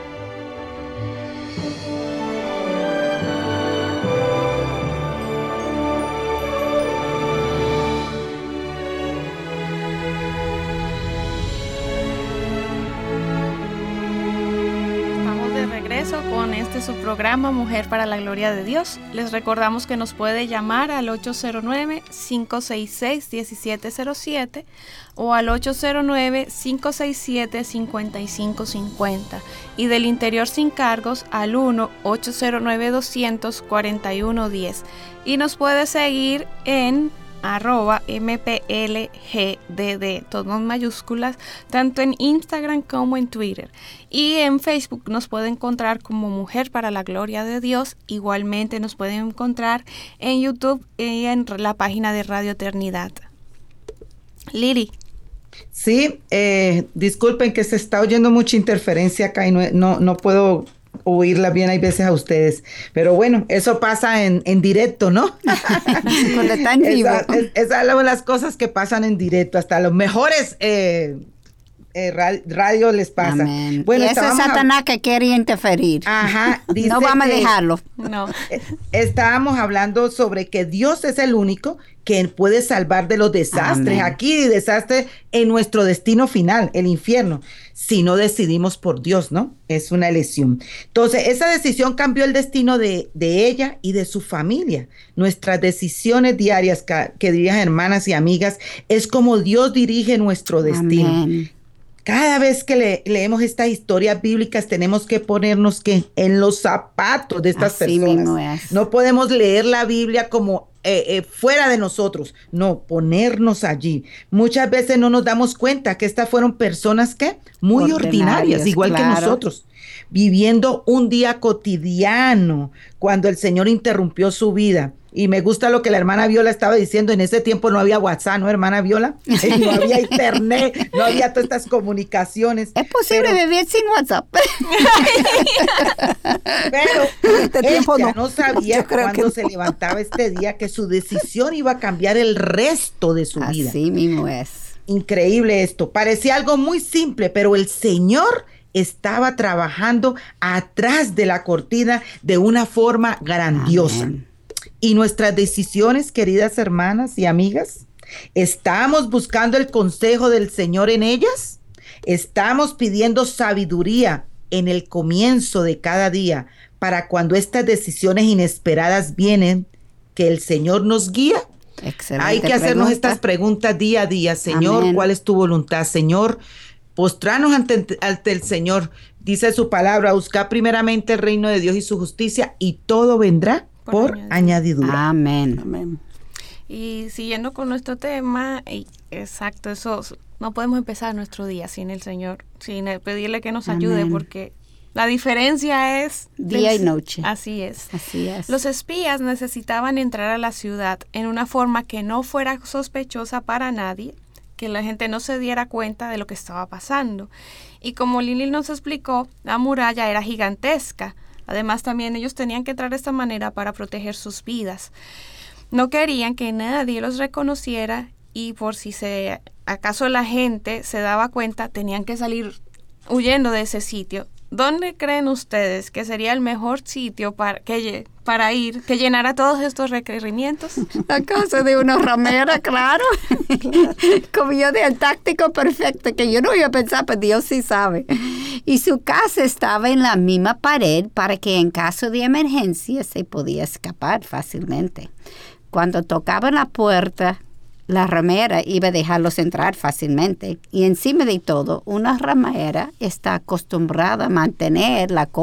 Con su programa Mujer para la Gloria de Dios. Les recordamos que nos puede llamar al 809-566-1707 o al 809-567-5550 y del interior sin cargos al 1-809-200-4110 y nos puede seguir en @mplgdd, todo en mayúsculas, tanto en Instagram como en Twitter. Y en Facebook nos puede encontrar como Mujer para la Gloria de Dios. Igualmente nos pueden encontrar en YouTube y en la página de Radio Eternidad. Lili. Sí, disculpen que se está oyendo mucha interferencia acá y no puedo oírla bien, hay veces a ustedes, pero bueno, eso pasa en directo, ¿no? Cuando está en vivo. Esas son las cosas que pasan en directo, hasta los mejores radio les pasa. Amén. Bueno, y ese es Satanás que quiere interferir. Ajá, no vamos a dejarlo. No. Estábamos hablando sobre que Dios es el único que puede salvar de los desastres. Amén. Aquí desastres en nuestro destino final, el infierno, si no decidimos por Dios, ¿no? Es una elección. Entonces, esa decisión cambió el destino de ella y de su familia. Nuestras decisiones diarias, queridas hermanas y amigas, es como Dios dirige nuestro destino. Amén. Cada vez que leemos estas historias bíblicas tenemos que ponernos en los zapatos de estas Así personas. mismo es. No podemos leer la Biblia como fuera de nosotros, no, ponernos allí. Muchas veces no nos damos cuenta que estas fueron personas que muy ordinarias, igual que nosotros, viviendo un día cotidiano cuando el Señor interrumpió su vida Y me gusta lo que la hermana Viola estaba diciendo. En ese tiempo no había WhatsApp, ¿no, hermana Viola? No había internet, no había todas estas comunicaciones. Es posible vivir sin WhatsApp. Pero este tiempo no sabía cuándo se levantaba este día que su decisión iba a cambiar el resto de su vida. Así mismo es. Increíble esto. Parecía algo muy simple, pero el Señor estaba trabajando atrás de la cortina de una forma grandiosa. Amén. Y nuestras decisiones, queridas hermanas y amigas, ¿estamos buscando el consejo del Señor en ellas? ¿Estamos pidiendo sabiduría en el comienzo de cada día para cuando estas decisiones inesperadas vienen, que el Señor nos guía? Excelente. Hay que hacernos estas preguntas día a día. Señor, amén. ¿Cuál es tu voluntad? Señor, postrarnos ante el Señor. Dice su palabra, buscar primeramente el reino de Dios y su justicia, y todo vendrá por añadidura. Amén. Amén. Y siguiendo con nuestro tema, exacto, eso, no podemos empezar nuestro día sin el Señor, sin pedirle que nos ayude, porque la diferencia es día y noche. Así es. Así es. Los espías necesitaban entrar a la ciudad en una forma que no fuera sospechosa para nadie, que la gente no se diera cuenta de lo que estaba pasando. Y como Lili nos explicó, la muralla era gigantesca. Además, también ellos tenían que entrar de esta manera para proteger sus vidas. No querían que nadie los reconociera, y por si acaso la gente se daba cuenta, tenían que salir huyendo de ese sitio. ¿Dónde creen ustedes que sería el mejor sitio para ir, que llenara todos estos requerimientos? La casa de una ramera, claro. Como yo del táctico perfecto, que yo no iba a pensar, pero Dios sí sabe. Y su casa estaba en la misma pared para que en caso de emergencia se podía escapar fácilmente. Cuando tocaban la puerta, la ramera iba a dejarlos entrar fácilmente. Y encima de todo, una ramera está acostumbrada a mantener la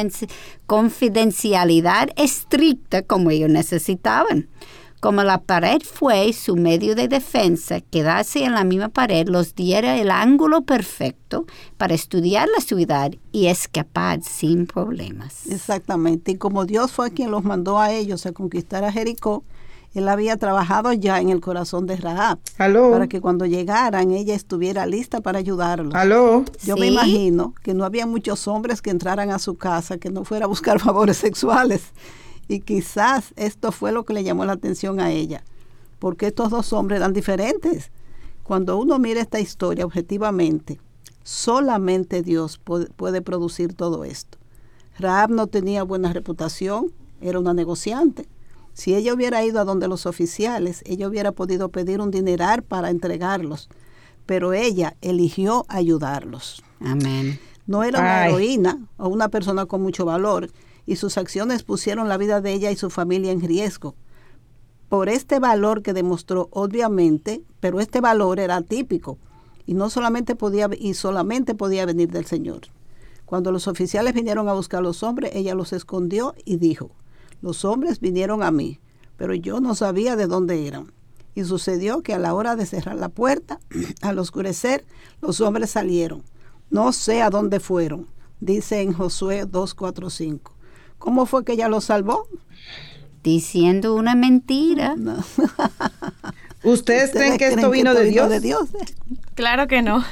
confidencialidad estricta como ellos necesitaban. Como la pared fue su medio de defensa, quedarse en la misma pared los diera el ángulo perfecto para estudiar la ciudad y escapar sin problemas. Exactamente. Y como Dios fue quien los mandó a ellos a conquistar a Jericó, Él había trabajado ya en el corazón de Rahab. ¿Aló? Para que cuando llegaran ella estuviera lista para ayudarlos. ¿Aló? Yo me imagino que no había muchos hombres que entraran a su casa que no fuera a buscar favores sexuales. Y quizás esto fue lo que le llamó la atención a ella, porque estos dos hombres eran diferentes. Cuando uno mira esta historia objetivamente, solamente Dios puede producir todo esto. Rahab no tenía buena reputación, era una negociante. Si ella hubiera ido a donde los oficiales, ella hubiera podido pedir un dineral para entregarlos, pero ella eligió ayudarlos. Amén. No era una heroína o una persona con mucho valor, y sus acciones pusieron la vida de ella y su familia en riesgo. Por este valor que demostró, obviamente, pero este valor era atípico y solamente podía venir del Señor. Cuando los oficiales vinieron a buscar a los hombres, ella los escondió y dijo: los hombres vinieron a mí, pero yo no sabía de dónde eran. Y sucedió que a la hora de cerrar la puerta, al oscurecer, los hombres salieron. No sé a dónde fueron, dice en Josué 2:4-5. ¿Cómo fue que ella los salvó? Diciendo una mentira. No. ¿Ustedes creen que esto vino de Dios? Claro que no.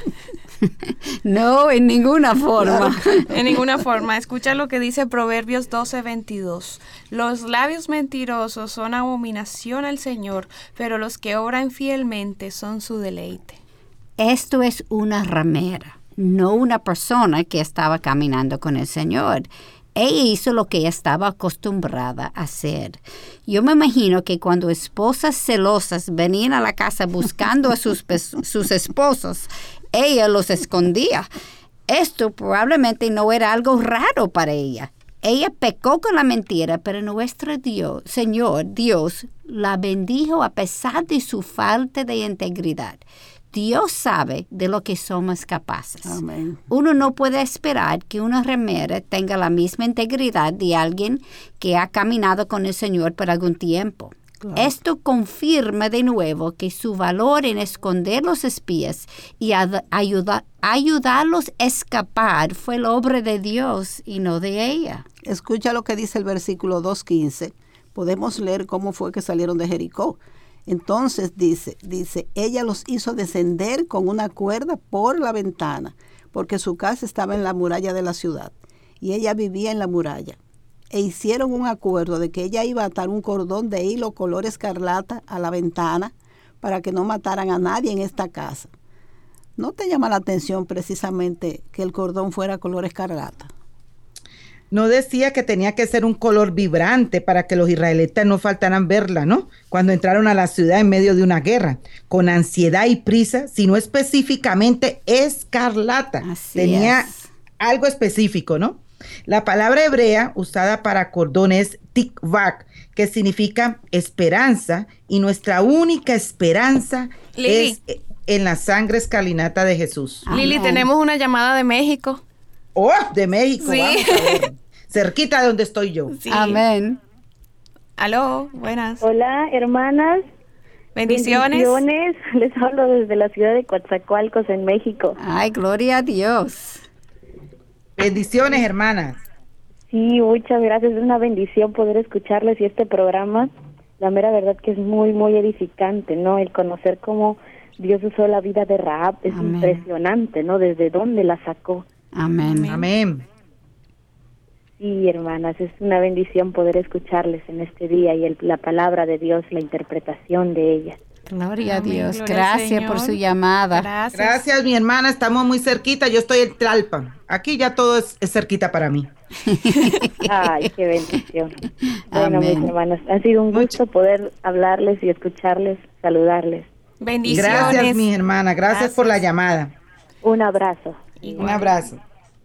No, en ninguna forma. En ninguna forma. Escucha lo que dice Proverbios 12:22. Los labios mentirosos son abominación al Señor, pero los que obran fielmente son su deleite. Esto es una ramera, no una persona que estaba caminando con el Señor. Ella hizo lo que ella estaba acostumbrada a hacer. Yo me imagino que cuando esposas celosas venían a la casa buscando a sus esposos, ella los escondía. Esto probablemente no era algo raro para ella. Ella pecó con la mentira, pero nuestro Dios, Señor Dios, la bendijo a pesar de su falta de integridad. Dios sabe de lo que somos capaces. Amén. Uno no puede esperar que una ramera tenga la misma integridad de alguien que ha caminado con el Señor por algún tiempo. Claro. Esto confirma de nuevo que su valor en esconder los espías y ayudarlos a escapar fue la obra de Dios y no de ella. Escucha lo que dice el versículo 2:15. podemos leer cómo fue que salieron de Jericó. Entonces dice, ella los hizo descender con una cuerda por la ventana, porque su casa estaba en la muralla de la ciudad, y ella vivía en la muralla. E hicieron un acuerdo de que ella iba a atar un cordón de hilo color escarlata a la ventana para que no mataran a nadie en esta casa. ¿No te llama la atención precisamente que el cordón fuera color escarlata? No decía que tenía que ser un color vibrante para que los israelitas no faltaran verla, ¿no? Cuando entraron a la ciudad en medio de una guerra, con ansiedad y prisa, sino específicamente escarlata. Tenía algo específico, ¿no? La palabra hebrea usada para cordón es tikvah, que significa esperanza, y nuestra única esperanza es en la sangre escalinata de Jesús. Lili, tenemos una llamada de México. ¡Oh, de México! Sí. Vamos a ver. Cerquita de donde estoy yo. Sí. Amén. Aló, buenas. Hola, hermanas. Bendiciones. Bendiciones. Les hablo desde la ciudad de Coatzacoalcos, en México. Ay, gloria a Dios. Bendiciones, hermanas. Sí, muchas gracias. Es una bendición poder escucharles y este programa. La mera verdad que es muy, muy edificante, ¿no? El conocer cómo Dios usó la vida de Rahab es impresionante, ¿no? Desde dónde la sacó. Amén. Amén. Sí, hermanas, es una bendición poder escucharles en este día y la palabra de Dios, la interpretación de ella. Gloria a Dios. Gracias por su llamada. Gracias, mi hermana. Estamos muy cerquita. Yo estoy en Tlalpan. Aquí ya todo es cerquita para mí. Ay, qué bendición. Bueno, mis hermanas, ha sido un gusto poder hablarles y escucharles, saludarles. Bendiciones. Gracias, mi hermana. Gracias por la llamada. Un abrazo. Un abrazo.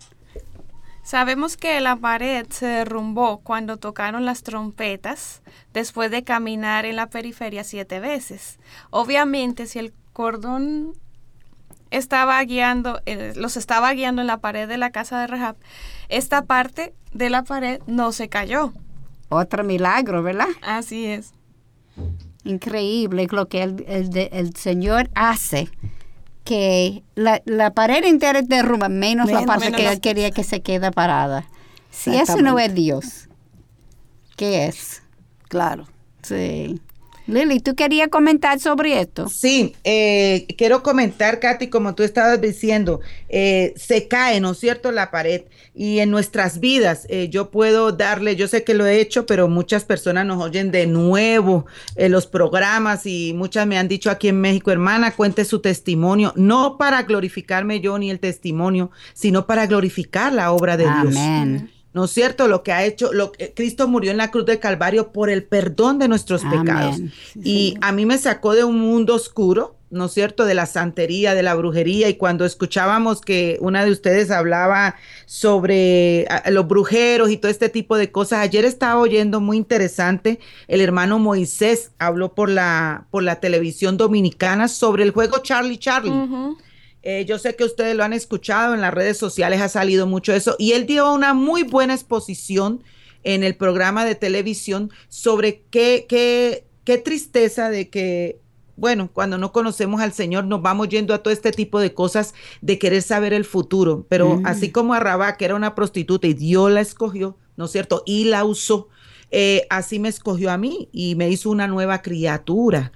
Sabemos que la pared se derrumbó cuando tocaron las trompetas después de caminar en la periferia 7 veces. Obviamente, si el cordón los estaba guiando en la pared de la casa de Rahab, esta parte de la pared no se cayó. Otro milagro, ¿verdad? Así es. Increíble lo que el Señor hace. Que la pared entera derrumba, menos la parte que él quería que se quede parada. Si eso no es Dios, ¿qué es? Claro. Sí. Lili, ¿tú querías comentar sobre esto? Sí, quiero comentar, Katy, como tú estabas diciendo, se cae, ¿no es cierto?, la pared. Y en nuestras vidas, yo sé que lo he hecho, pero muchas personas nos oyen de nuevo los programas y muchas me han dicho aquí en México, hermana, cuente su testimonio, no para glorificarme yo ni el testimonio, sino para glorificar la obra de Dios. Amén. ¿No es cierto? Lo que ha hecho, Cristo murió en la cruz del Calvario por el perdón de nuestros pecados. Y a mí me sacó de un mundo oscuro, ¿no es cierto? De la santería, de la brujería. Y cuando escuchábamos que una de ustedes hablaba sobre los brujeros y todo este tipo de cosas, ayer estaba oyendo muy interesante, el hermano Moisés habló por la televisión dominicana sobre el juego Charlie. Uh-huh. Yo sé que ustedes lo han escuchado, en las redes sociales ha salido mucho eso, y él dio una muy buena exposición en el programa de televisión sobre qué tristeza de que, bueno, cuando no conocemos al Señor nos vamos yendo a todo este tipo de cosas de querer saber el futuro, pero así como a Rabá, que era una prostituta y Dios la escogió, ¿no es cierto? Y la usó. Así me escogió a mí y me hizo una nueva criatura.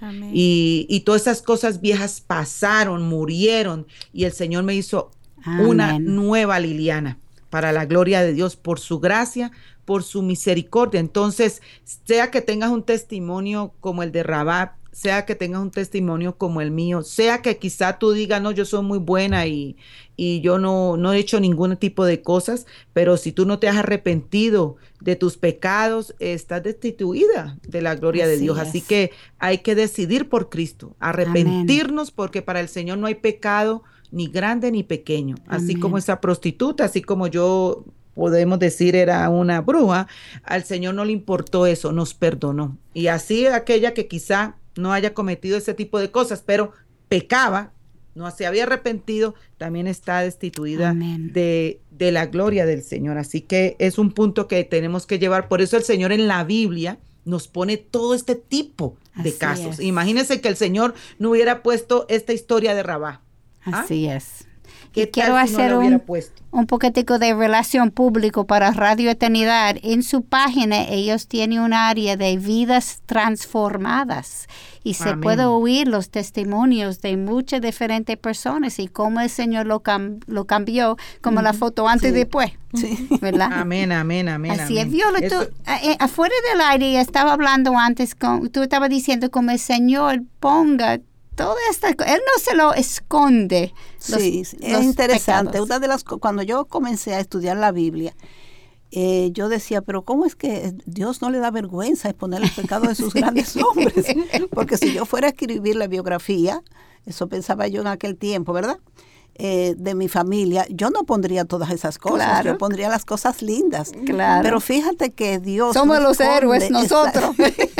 Y todas esas cosas viejas pasaron, murieron y el Señor me hizo una nueva Liliana para la gloria de Dios, por su gracia, por su misericordia. Entonces, sea que tengas un testimonio como el de Rabab, sea que tengas un testimonio como el mío, sea que quizá tú digas, no, yo soy muy buena y yo no he hecho ningún tipo de cosas, pero si tú no te has arrepentido de tus pecados, estás destituida de la gloria de Dios. Así que hay que decidir por Cristo, arrepentirnos, porque para el Señor no hay pecado ni grande ni pequeño. Así como esa prostituta, así como yo, podemos decir, era una bruja, al Señor no le importó eso, nos perdonó. Y así aquella que quizá no haya cometido ese tipo de cosas, pero pecaba, no se había arrepentido, también está destituida de la gloria del Señor. Así que es un punto que tenemos que llevar. Por eso el Señor en la Biblia nos pone todo este tipo de casos. Imagínense que el Señor no hubiera puesto esta historia de Rabá. Así es. ¿Qué quiero tal si no hacer lo hubiera puesto? un poquitico de relación público para Radio Eternidad. En su página ellos tienen un área de vidas transformadas y se Amén. puede oír los testimonios de muchas diferentes personas y cómo el Señor lo cambió, como la foto antes y después, ¿verdad? Amén. Así es. Amén. Viola, Eso- tú, afuera del aire estaba hablando antes, tú estabas diciendo como el Señor ponga toda esta, Él no se lo esconde. Sí, es interesante. Una de las cuando yo comencé a estudiar la Biblia, yo decía, pero ¿cómo es que Dios no le da vergüenza exponer el pecado de sus grandes hombres? Porque si yo fuera a escribir la biografía, eso pensaba yo en aquel tiempo, ¿verdad? De mi familia, yo no pondría todas esas cosas, Claro. yo pondría las cosas lindas. Claro. Pero fíjate que Dios Somos no los esconde héroes nosotros.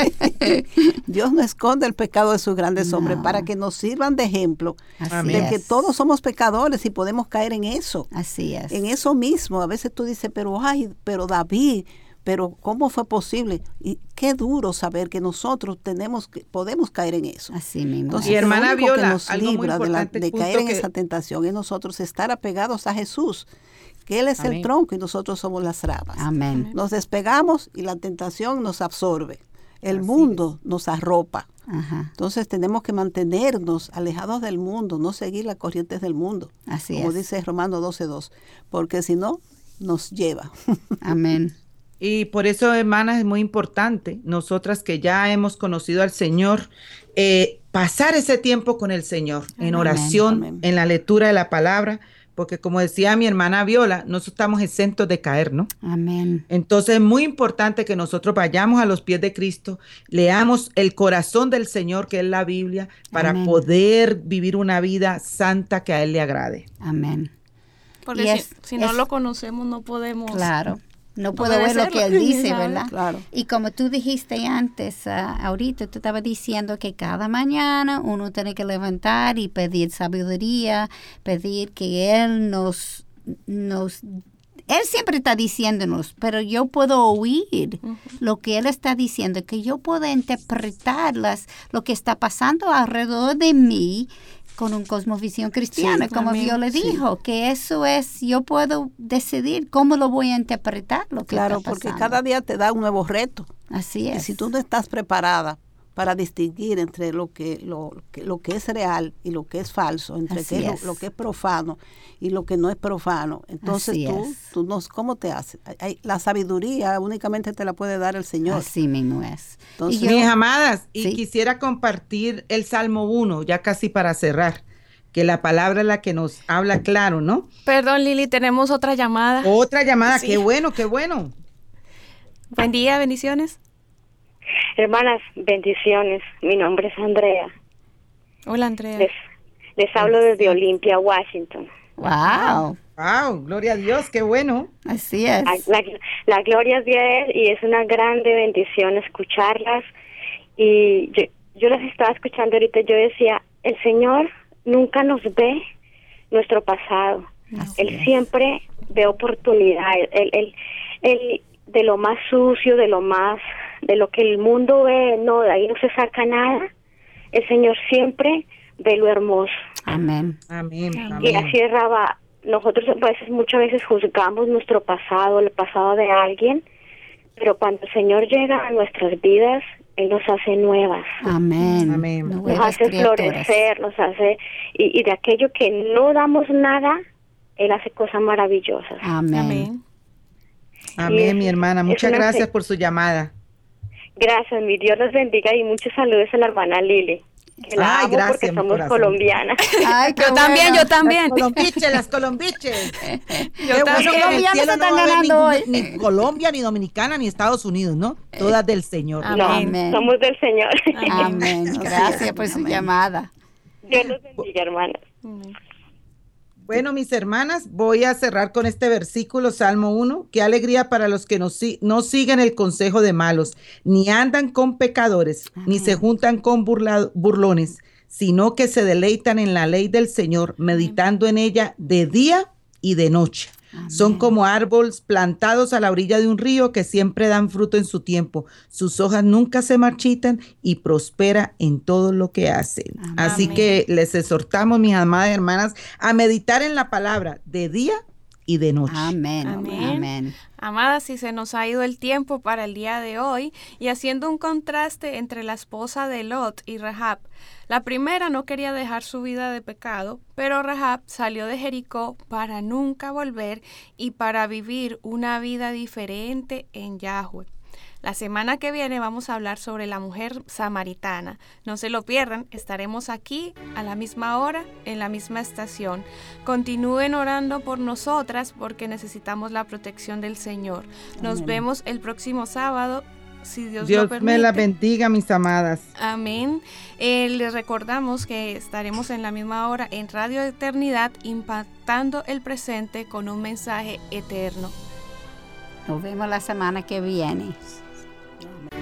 Dios no esconde el pecado de sus grandes hombres para que nos sirvan de ejemplo Así de es. que todos somos pecadores y podemos caer en eso. Así es. En eso mismo, a veces tú dices, pero David, pero ¿cómo fue posible? Y qué duro saber que nosotros podemos caer en eso. Así mismo. Entonces, Y hermana lo único Viola, que nos algo muy libra importante, de justo caer en que- esa tentación es nosotros estar apegados a Jesús, que Él es Amén. el tronco y nosotros somos las ramas. Amén. Nos despegamos y la tentación nos absorbe. El mundo nos arropa. Ajá. Entonces tenemos que mantenernos alejados del mundo, no seguir las corrientes del mundo. Así como es. dice Romanos 12:2, porque si no, nos lleva. Amén. Y por eso, hermanas, es muy importante, nosotras que ya hemos conocido al Señor, pasar ese tiempo con el Señor, en oración, Amén. en la lectura de la palabra, porque como decía mi hermana Viola, nosotros estamos exentos de caer, ¿no? Amén. Entonces es muy importante que nosotros vayamos a los pies de Cristo, leamos el corazón del Señor, que es la Biblia, para Amén. poder vivir una vida santa que a Él le agrade. Amén. Porque Y si no lo conocemos, no podemos. Claro. No No puedo ver lo que él obedecerlo. dice, ¿Sabes? ¿verdad? Claro. Y como tú dijiste antes, ahorita tú estabas diciendo que cada mañana uno tiene que levantar y pedir sabiduría, pedir que Él Él siempre está diciéndonos, pero yo puedo oír lo que Él está diciendo, que yo puedo interpretar lo que está pasando alrededor de mí con un cosmovisión cristiana, Sí, como amén. Dios le Sí. dijo, que eso es, yo puedo decidir cómo lo voy a interpretar, lo que Claro, está porque pasando. cada día te da un nuevo reto. Así Y es. si tú no estás preparada para distinguir entre lo que es real y lo que es falso, entre Así qué es. lo que es profano y lo que no es profano, entonces Así es. ¿cómo te haces? La sabiduría únicamente te la puede dar el Señor. Así mismo es. Entonces, Y yo- Mis amadas, y Sí. quisiera compartir el Salmo 1, ya casi para cerrar, que la palabra es la que nos habla claro, ¿no? Perdón, Lili, tenemos otra llamada. Otra llamada, Sí. qué bueno, qué bueno. Buen día, bendiciones. Hermanas, bendiciones. Mi nombre es Andrea. Hola, Andrea. Les hablo desde Olympia, Washington. Wow. Wow, gloria a Dios, qué bueno. Así es. La gloria es de Él y es una grande bendición escucharlas. Y yo las estaba escuchando ahorita, yo decía, el Señor nunca nos ve nuestro pasado. Él siempre ve oportunidad. Él de lo más sucio, de lo que el mundo ve, no, de ahí no se saca nada. El Señor siempre ve lo hermoso. Amén. Amén. Y así es, Rabá. Nosotros muchas veces juzgamos nuestro pasado, el pasado de alguien, pero cuando el Señor llega a nuestras vidas, Él nos hace nuevas. Amén. Amén. Nos Nuevas hace criaturas. florecer, nos hace, y de aquello que no damos nada, Él hace cosas maravillosas. Amén. Amén, mi hermana. es Muchas una gracias fe. por su llamada. Gracias, mi Dios los bendiga y muchos saludos a la hermana Lili. Que la Ay, amo gracias, porque mi somos corazón. colombianas. Ay, qué Yo también, bueno. yo también. Las colombiches. Yo también. En el colombianos cielo están no va a haber ganando hoy. ni Colombia, ni Dominicana, ni Estados Unidos, ¿no? Todas del Señor. Amén. No, Amén. somos del Señor. Amén. Gracias por su llamada. Dios los bendiga, hermanas. Bueno, mis hermanas, voy a cerrar con este versículo, Salmo 1. Qué alegría para los que no siguen el consejo de malos, ni andan con pecadores, ni se juntan con burlones, sino que se deleitan en la ley del Señor, meditando en ella de día y de noche. Amén. Son como árboles plantados a la orilla de un río que siempre dan fruto en su tiempo. Sus hojas nunca se marchitan y prospera en todo lo que hacen. Amén. Así que les exhortamos, mis amadas hermanas, a meditar en la palabra de día y de noche. Amén. Amén. Amén. Amadas, si se nos ha ido el tiempo para el día de hoy, y haciendo un contraste entre la esposa de Lot y Rahab. La primera no quería dejar su vida de pecado, pero Rahab salió de Jericó para nunca volver y para vivir una vida diferente en Yahweh. La semana que viene vamos a hablar sobre la mujer samaritana. No se lo pierdan, estaremos aquí a la misma hora, en la misma estación. Continúen orando por nosotras porque necesitamos la protección del Señor. Nos Amén. vemos el próximo sábado, si Dios lo permite. me la bendiga, mis amadas. Amén. Les recordamos que estaremos en la misma hora en Radio Eternidad, impactando el presente con un mensaje eterno. Nos vemos la semana que viene. Amén.